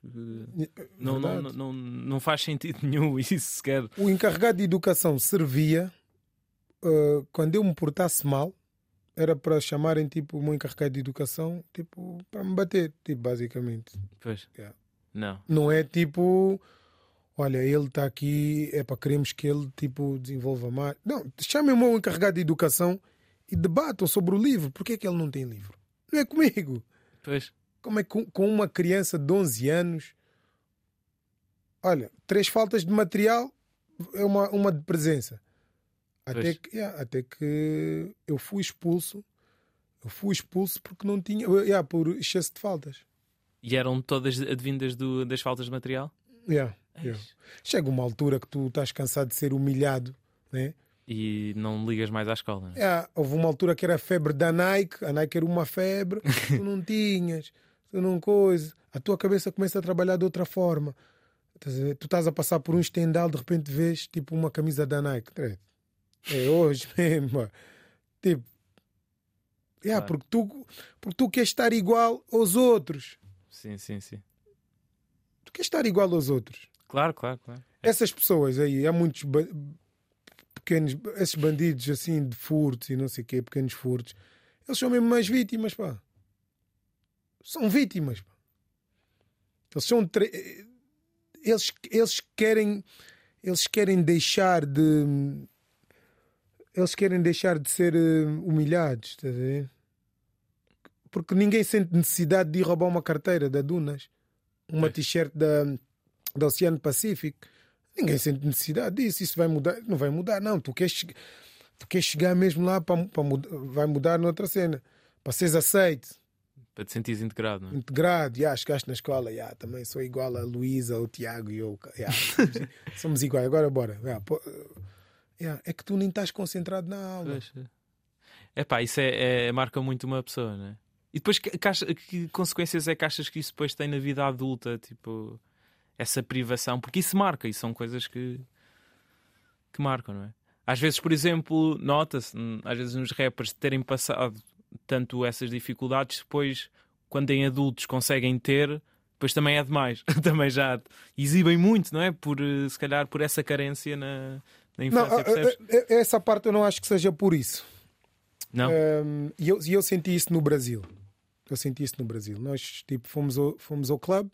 Não faz sentido nenhum isso sequer. O encarregado de educação servia quando eu me portasse mal, era para chamarem tipo o meu encarregado de educação tipo, para me bater, tipo, basicamente. Pois. Não é tipo... Olha, ele está aqui, queremos que ele tipo, desenvolva mais. Não, chamem o meu encarregado de educação e debatam sobre o livro. Porquê é que ele não tem livro? Não é comigo. Pois. Como é que com uma criança de 11 anos... Olha, 3 faltas de material é uma de presença. Até que eu fui expulso. Eu fui expulso porque não tinha... por excesso de faltas. E eram todas advindas das faltas de material? Chega uma altura que tu estás cansado de ser humilhado, né? E não ligas mais à escola, né? Houve uma altura que era a febre da Nike. A Nike era uma febre. Tu não tinhas, tu não coisa. A tua cabeça começa a trabalhar de outra forma. Tu estás a passar por um estendal, de repente vês tipo uma camisa da Nike. É hoje mesmo. Tipo, claro. Porque tu queres estar igual aos outros. Sim. Tu queres estar igual aos outros. Claro. Essas pessoas aí, há muitos pequenos, esses bandidos assim de furtos e não sei o quê, pequenos furtos, eles são mesmo mais vítimas, pá. São vítimas, pá. Eles são eles querem deixar de ser humilhados, estás a ver? Porque ninguém sente necessidade de ir roubar uma carteira da Dunas, uma t-shirt da Oceano Pacífico. Ninguém sente necessidade disso. Isso vai mudar? Não vai mudar, não. Tu queres chegar mesmo lá para mudar, vai mudar noutra cena. Para seres aceito. Para te sentires integrado, não é? Integrado, chegaste na escola, também sou igual a Luísa, o Tiago e eu. Somos iguais, agora bora. É que tu nem estás concentrado na aula. Isso marca muito uma pessoa, não é? E depois, que consequências é que achas que isso depois tem na vida adulta? Tipo, essa privação. Porque isso marca, e são coisas que marcam, não é? Às vezes, por exemplo, nota-se, às vezes nos rappers terem passado tanto essas dificuldades, depois, quando em adultos conseguem ter, depois também é demais. Também já exibem muito, não é? Se calhar por essa carência na infância, percebes? Essa parte eu não acho que seja por isso. Não? E eu senti isso no Brasil. Nós tipo, fomos ao clube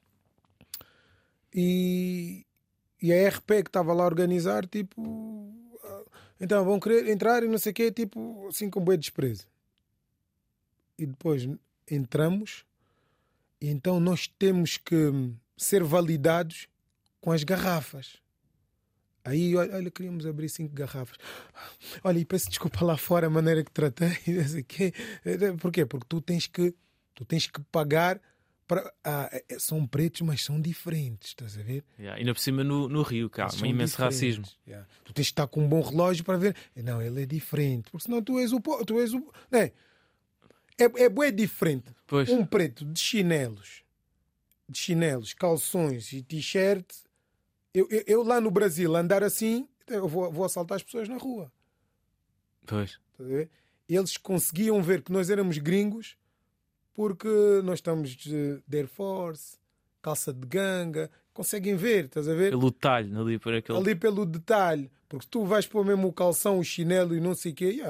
e a RP que estava lá a organizar, tipo, então vão querer entrar e não sei o quê, tipo, assim com bué desprezo. E depois entramos e então nós temos que ser validados com as garrafas. Aí, olha, queríamos abrir 5 garrafas. Olha, e peço desculpa lá fora a maneira que tratei. Porquê? Porque tu tens que pagar para... são pretos, mas são diferentes, estás a ver? E ainda por cima no Rio, cá, um imenso racismo. Tu tens de estar com um bom relógio para ver. Não, ele é diferente. Porque senão tu és o... É bué diferente. Pois. Um preto de chinelos, calções e t-shirt. Eu lá no Brasil andar assim, eu vou assaltar as pessoas na rua. Pois. Eles conseguiam ver que nós éramos gringos porque nós estamos de Air Force, calça de ganga. Conseguem ver, estás a ver? Pelo detalhe, ali pelo detalhe. Porque tu vais pôr mesmo o calção, o chinelo e não sei o quê.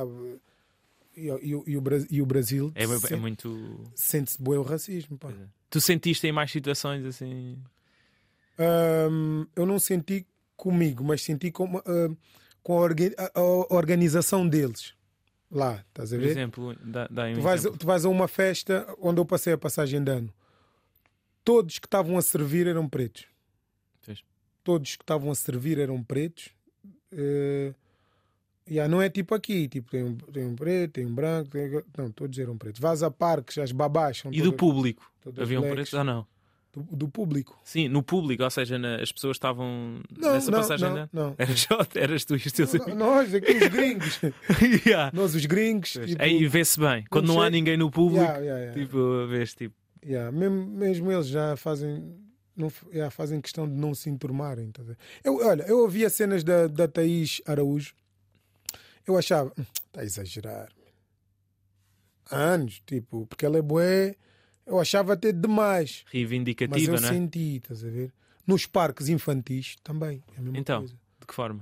E o Brasil é muito... Sente-se bué o racismo. Pá. Tu sentiste em mais situações assim? Eu não senti comigo, mas senti com a organização deles. Lá, estás a ver? Por exemplo, dá um tu vais a uma festa onde eu passei a passagem de ano. Todos que estavam a servir eram pretos. Sim. Todos que estavam a servir eram pretos. Não é tipo aqui, tipo, tem um preto, tem um branco, não, todos eram pretos. Vais a parques, as babás são E do público? Haviam blacks. Pretos ou não? Do público? Sim, no público, ou seja, as pessoas estavam nessa passagem. Não. Eras tu e os teus amigos. Nós, aqui os gringos. Nós, os gringos. Tipo, aí vê-se bem, quando não há ninguém no público, tipo, vês, tipo. Mesmo eles já fazem questão de não se enturmarem. Tá? Eu ouvia cenas da Thaís Araújo. Eu achava, está a exagerar. Há anos, tipo, porque ela é bué. Eu achava até demais. Reivindicativa, mas não eu é? senti, estás a ver? Nos parques infantis também. É a mesma então, coisa. de que forma?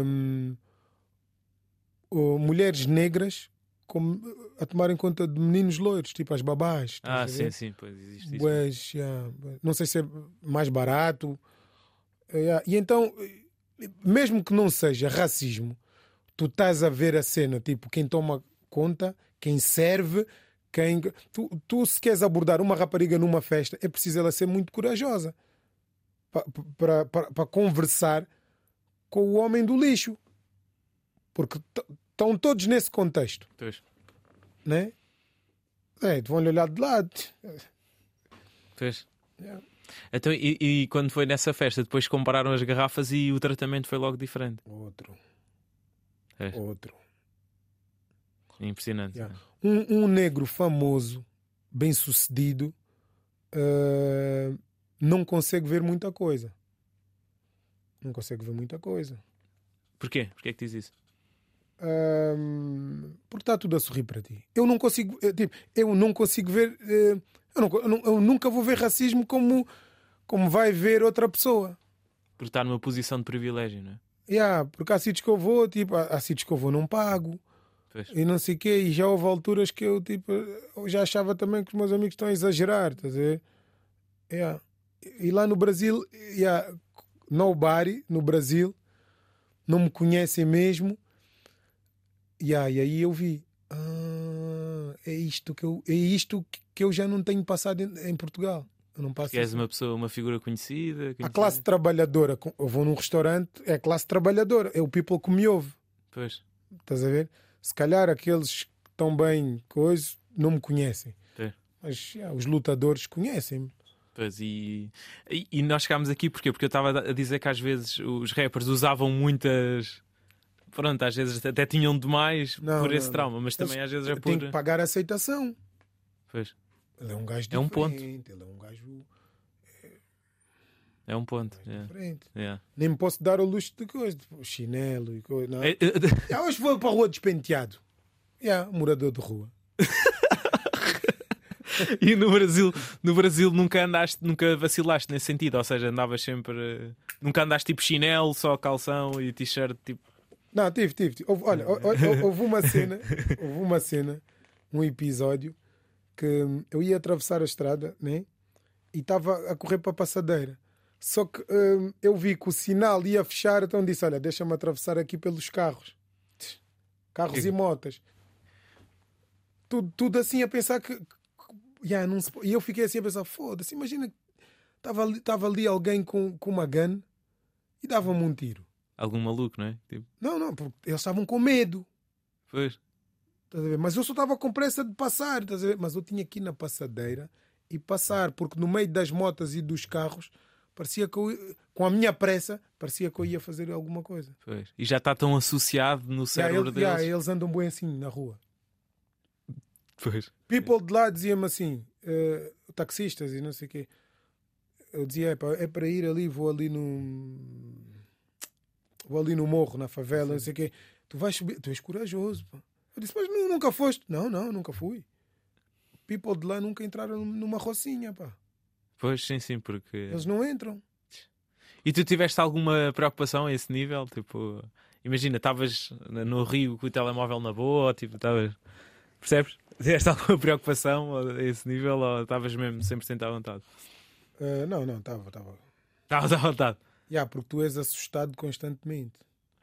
Mulheres negras a tomarem conta de meninos loiros, tipo as babás. Sim, pois existe isso. Não sei se é mais barato. E então, mesmo que não seja racismo, tu estás a ver a cena, tipo, quem toma conta, quem serve, Tu se queres abordar uma rapariga numa festa, é preciso ela ser muito corajosa para conversar com o homem do lixo. Porque estão todos nesse contexto. Pois. Né? Vão-lhe olhar de lado. Pois. Então, e quando foi nessa festa, depois compararam as garrafas e o tratamento foi logo diferente? Outro. Impressionante. Um negro famoso, bem sucedido, não consegue ver muita coisa. Porquê? Porquê é que diz isso? Porque está tudo a sorrir para ti. Eu não consigo ver. Eu nunca vou ver racismo como vai ver outra pessoa. Porque está numa posição de privilégio, não é? Porque há sítios que eu vou, há sítios que eu vou não pago. Pois. E não sei o quê. E já houve alturas que eu já achava também que os meus amigos estão a exagerar. Estás a ver? E lá no Brasil, nobody no Brasil não me conhecem mesmo. E aí eu vi. É isto que eu já não tenho passado em Portugal. Eu não passo. Porque és uma figura conhecida. A classe trabalhadora. Eu vou num restaurante, é a classe trabalhadora. É o people que me ouve. Pois. Estás a ver? Se calhar aqueles que estão bem coisa não me conhecem. Mas os lutadores conhecem-me. Pois, e nós chegámos aqui porquê? Porque eu estava a dizer que às vezes os rappers usavam muitas... Pronto, às vezes até tinham demais por esse trauma, mas também às vezes é por... Tem que pagar a aceitação. Pois. Ele é um gajo diferente. É um ponto. Ele é um gajo... É um ponto. Diferente. Yeah. Nem me posso dar o luxo de coisa. Chinelo e coisa. Não. Hoje vou para a rua despenteado. Morador de rua. E no Brasil nunca vacilaste nesse sentido? Ou seja, andavas sempre... Nunca andaste tipo chinelo, só calção e t-shirt tipo... Não, tive. Houve uma cena, um episódio que eu ia atravessar a estrada, né? E estava a correr para a passadeira. Só que eu vi que o sinal ia fechar, então disse, olha, deixa-me atravessar aqui pelos carros e motas. Tudo assim a pensar que não se... E eu fiquei assim a pensar, foda-se, imagina que estava ali alguém com uma gun e dava-me um tiro. algum maluco, não é? Tipo... Não, porque eles estavam com medo. Pois. Estás a ver? Mas eu só estava com pressa de passar, estás a ver? Mas eu tinha que ir na passadeira e passar, porque no meio das motas e dos carros, parecia que com a minha pressa, parecia que eu ia fazer alguma coisa. Pois. E já está tão associado no cérebro deles. Eles andam bem assim na rua. Pois. People de lá diziam-me assim, taxistas e não sei o quê. Eu dizia, é para ir ali, vou ali no morro, na favela, não sei o quê. Tu vais subir, tu és corajoso, pá. Eu disse, mas nunca foste? Não, nunca fui. People de lá nunca entraram numa rocinha, pá. Pois, sim, porque... Eles não entram. E tu tiveste alguma preocupação a esse nível? Tipo, imagina, estavas no Rio com o telemóvel na boa, tipo, estavas... Percebes? Tiveste alguma preocupação a esse nível ou estavas mesmo 100% à vontade? Não, estava. Estavas à vontade? Porque tu és assustado constantemente.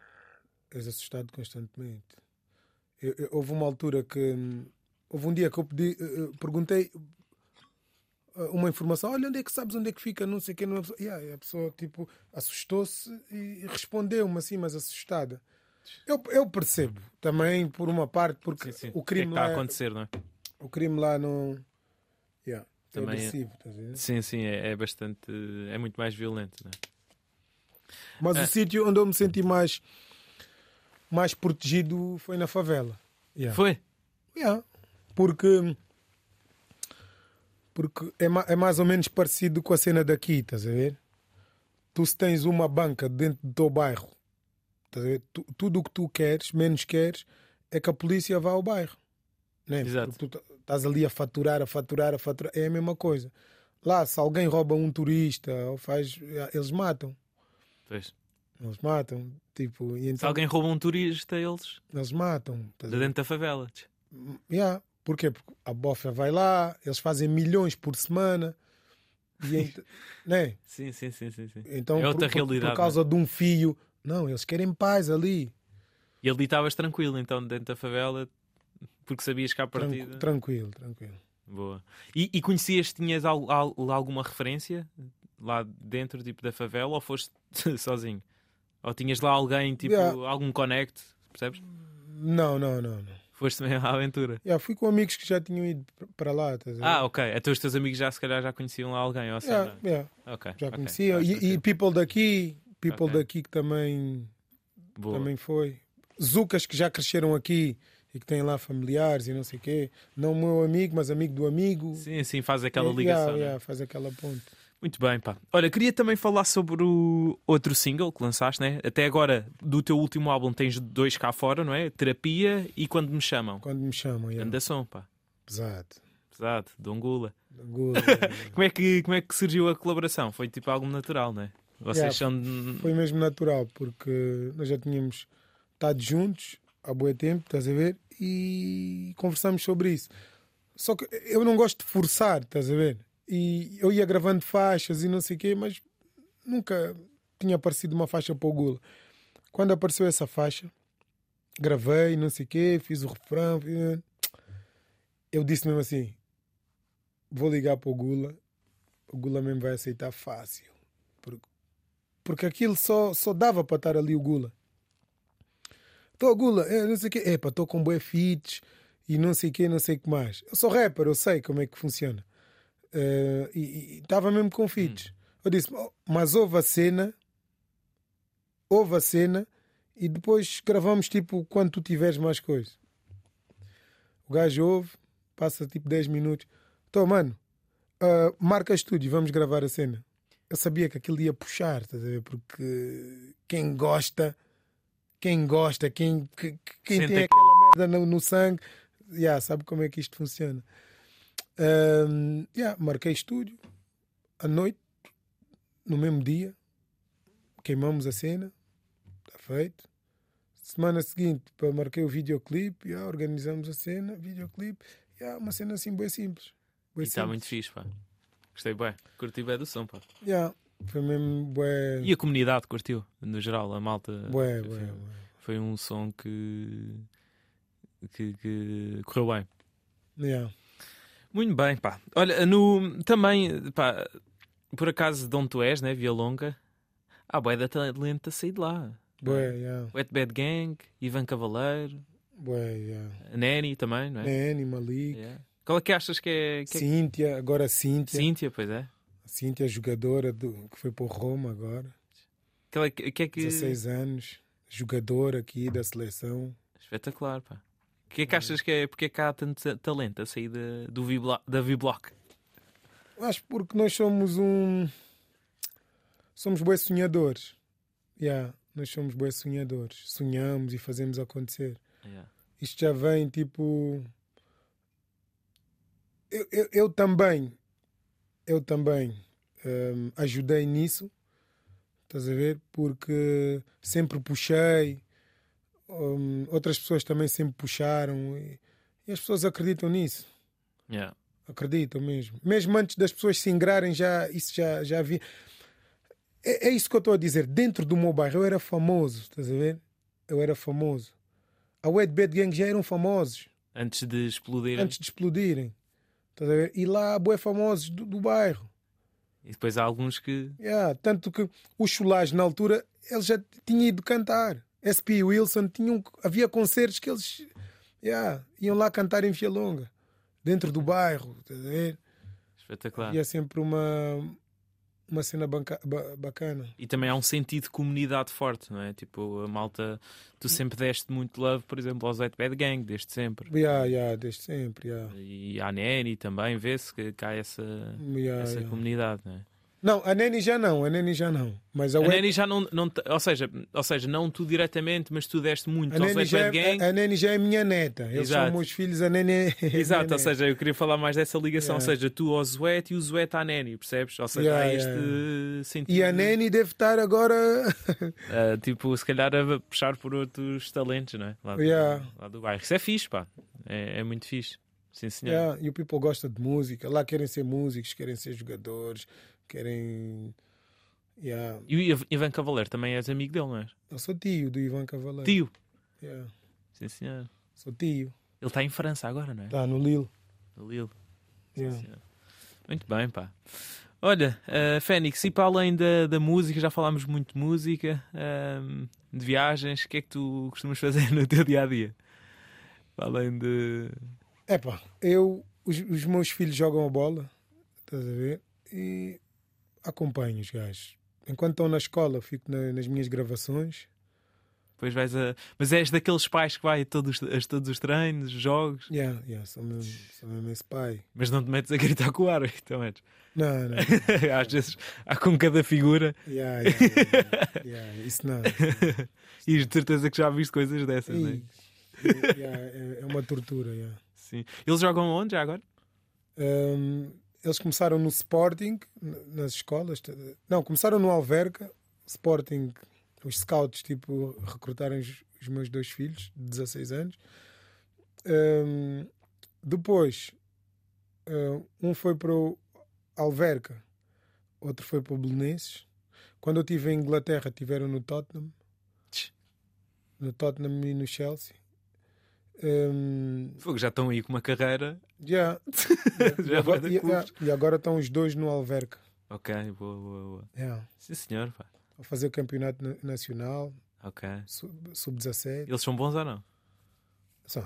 Houve uma altura que... Houve um dia que eu perguntei uma informação. Olha, onde é que sabes onde é que fica? Não sei o que. A pessoa tipo, assustou-se e respondeu-me assim, mas assustada. Eu percebo também, por uma parte, porque sim. o crime o que é que está a acontecer, não é? O crime lá não... também é agressivo. Tá vendo? Sim, é bastante... É muito mais violento, não é? Mas o sítio onde eu me senti mais protegido foi na favela. Foi? Porque é mais ou menos parecido com a cena daqui, estás a ver? Tu, se tens uma banca dentro do teu bairro, estás a ver? Tudo o que tu queres, menos queres, é que a polícia vá ao bairro. Né? Exato. Porque tu estás ali a faturar, é a mesma coisa. Lá, se alguém rouba um turista ou eles matam. Pois. Eles matam. Tipo, e então, se alguém rouba um turista, eles matam. De dentro da favela. Porquê? Porque a bófia vai lá, eles fazem milhões por semana. Né? Sim. Então, é outra realidade. Por causa de um fio. Não, eles querem paz ali. E ali estavas tranquilo, então, dentro da favela, porque sabias que à partida... Tranquilo. Boa. E conhecias, tinhas alguma referência lá dentro, tipo, da favela, ou foste sozinho? Ou tinhas lá alguém, tipo, algum connect, percebes? Não. Foste mesmo à aventura? Fui com amigos que já tinham ido para lá. Ok. Então os teus amigos se calhar já conheciam lá alguém, ou assim, Okay. Já conheciam. E people daqui que também foi. Zucas que já cresceram aqui e que têm lá familiares e não sei o quê. Não meu amigo, mas amigo do amigo. Sim, faz aquela ligação. Faz aquela ponte. Muito bem, pá. Olha, queria também falar sobre o outro single que lançaste, né? Até agora, do teu último álbum, tens 2 cá fora, não é? Terapia e Quando Me Chamam. Quando Me Chamam, Anda som, pá. Pesado, Dongula. Como é que surgiu a colaboração? Foi tipo algo natural, não é? Vocês são... Foi mesmo natural, porque nós já tínhamos estado juntos há bué tempo, estás a ver? E conversamos sobre isso. Só que eu não gosto de forçar, estás a ver? E eu ia gravando faixas e não sei o quê, mas nunca tinha aparecido uma faixa para o Gula. Quando apareceu essa faixa, gravei, não sei o quê, fiz o refrão. Eu disse mesmo assim, vou ligar para o Gula mesmo vai aceitar fácil. Porque aquilo só dava para estar ali o Gula. Estou Gula, não sei o quê. Estou com bué feats e não sei o quê, não sei o que mais. Eu sou rapper, eu sei como é que funciona. E estava mesmo com feats. Eu disse, mas houve a cena e depois gravamos tipo quando tu tiveres mais coisas. O gajo ouve, passa tipo 10 minutos. Então, mano, marca estúdio, vamos gravar a cena. Eu sabia que aquilo ia puxar, estás a ver? Porque quem gosta, quem tem aquela merda no sangue, sabe como é que isto funciona. Marquei estúdio à noite, no mesmo dia, queimamos a cena, está feito. Semana seguinte, marquei o videoclipe, organizamos a cena, videoclipe, uma cena assim bem simples. E está muito fixe, pá. Gostei bem, curti bem do som, pá. Foi mesmo bué. E a comunidade curtiu, no geral, a malta. Bué. Foi um som que correu bem. Muito bem, pá. Olha, também, pá, por acaso de onde tu és, né, Via Longa, bué da talento a sair de lá. Wet Bad Gang, Ivan Cavaleiro, a Nanny também, não é? Nanny, Malik. Qual é que achas que é? Cíntia, agora Cíntia. Cíntia, pois é. A Cíntia, jogadora que foi para o Roma agora. Que é que... 16 anos, jogadora aqui da seleção. Espetacular, pá. O que é que achas que é? Porque é que há tanto talento a sair da V-Block? Acho porque nós somos bué sonhadores. Nós somos bué sonhadores. Sonhamos e fazemos acontecer. Isto já vem tipo... Eu também ajudei nisso. Estás a ver? Porque sempre puxei. Outras pessoas também sempre puxaram. E as pessoas acreditam nisso. Acreditam mesmo. Mesmo antes das pessoas se ingrarem, isso já havia. É isso que eu estou a dizer. Dentro do meu bairro eu era famoso. Estás a ver? Eu era famoso. A Wet Bad Gang já eram famosos. Antes de explodirem. Estás a ver? E lá há bué famosos do bairro. E depois há alguns que... tanto que o Chulage, na altura, ele já tinha ido cantar. SP Wilson, havia concertos que eles iam lá cantar em Vialonga. Dentro do bairro. Estás a ver? Espetacular. E é sempre uma cena bacana. E também há um sentido de comunidade forte, não é? Tipo, a malta... Tu sempre deste muito love, por exemplo, aos Wet Bad Gang, desde sempre. Desde sempre, E à Nanny também, vê-se que há essa comunidade, não é? Não, a Nanny já não. Mas a Nanny já não ou seja, não tu diretamente, mas tu deste muito aos Wet Bad Gang. A Nanny já é minha neta. Eles são meus filhos, a Nanny Exato, ou seja, eu queria falar mais dessa ligação. Ou seja, tu aos Wet e o Wet à Nanny, percebes? Ou seja, há este sentido. E a Nanny deve estar agora... tipo, se calhar a puxar por outros talentos, não é? Lá do bairro. Isso é fixe, pá. É muito fixe. Sim, senhor. E o people gosta de música. Lá querem ser músicos, querem ser jogadores, querem... E o Ivan Cavaleiro também és amigo dele, não és? Eu sou tio do Ivan Cavaleiro. Tio? Sim, senhor. Sou tio. Ele está em França agora, não é? Está no Lille. No Lille. Sim, senhor. Muito bem, pá. Olha, Fénix, e para além da música, já falámos muito de música, de viagens, o que é que tu costumas fazer no teu dia-a-dia? Para além de... Os meus filhos jogam a bola, estás a ver? E acompanho os gajos. Enquanto estão na escola, fico nas minhas gravações. Depois vais a... Mas és daqueles pais que vai a todos os treinos, jogos? Sou mesmo esse pai. Mas não te metes a gritar com o árbitro, então és? Não. Às vezes há com cada figura. Isso não. E de certeza que já viste coisas dessas, não é? É uma tortura. Sim. Eles jogam onde já agora? Eles começaram no Sporting, nas escolas. Não, começaram no Alverca. Sporting, os scouts tipo, recrutaram os meus 2 filhos de 16 anos. Depois, um foi para o Alverca, outro foi para o Belenenses. Quando eu estive em Inglaterra, estiveram no Tottenham. No Tottenham e no Chelsea. Já estão aí com uma carreira. E agora estão os 2 no Alverca. Ok, boa. Sim, senhor. Pá. A fazer o campeonato nacional. Ok. Sub-17. Eles são bons ou não? São.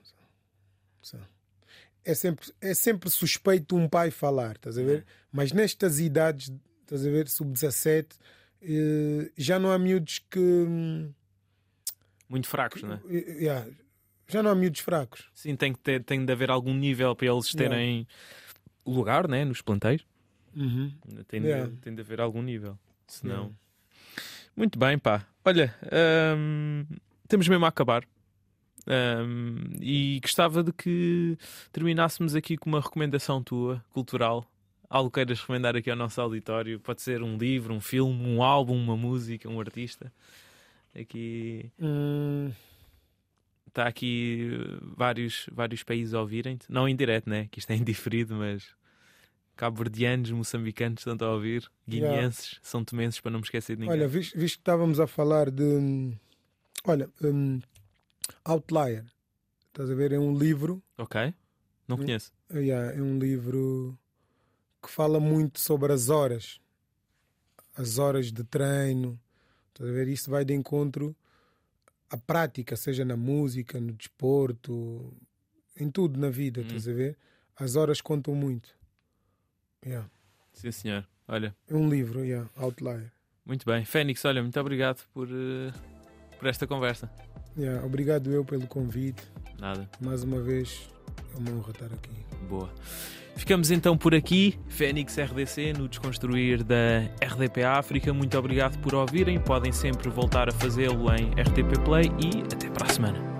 É sempre suspeito um pai falar, estás a ver? Mas nestas idades, estás a ver, sub-17, já não há miúdos que... Muito fracos, não é? Já não há miúdos fracos. Sim, tem de haver algum nível para eles terem lugar, né, nos plantéis. Tem de haver algum nível. Senão... Muito bem, pá. Olha, temos mesmo a acabar. E gostava de que terminássemos aqui com uma recomendação tua, cultural. Algo queiras recomendar aqui ao nosso auditório. Pode ser um livro, um filme, um álbum, uma música, um artista. Aqui... Está aqui vários países a ouvirem-te. Não em direto, né? Que isto é indiferido, mas cabo-verdianos, moçambicanos estão a ouvir, guineenses, são tomenses, para não me esquecer de ninguém. Olha, visto que estávamos a falar de... Olha, Outlier. Estás a ver? É um livro... Ok. Não conheço. É um livro que fala muito sobre as horas. As horas de treino. Estás a ver? Isso vai de encontro à prática, seja na música, no desporto, em tudo na vida, estás a ver? As horas contam muito. Yeah. Sim, senhor. Olha. É um livro, Outlier. Muito bem. Fênix, olha, muito obrigado por esta conversa. Obrigado eu pelo convite. Nada. Mais uma vez, é uma honra estar aqui. Boa. Ficamos então por aqui. Fênix RDC no Desconstruir da RDP África. Muito obrigado por ouvirem. Podem sempre voltar a fazê-lo em RTP Play e até para a semana.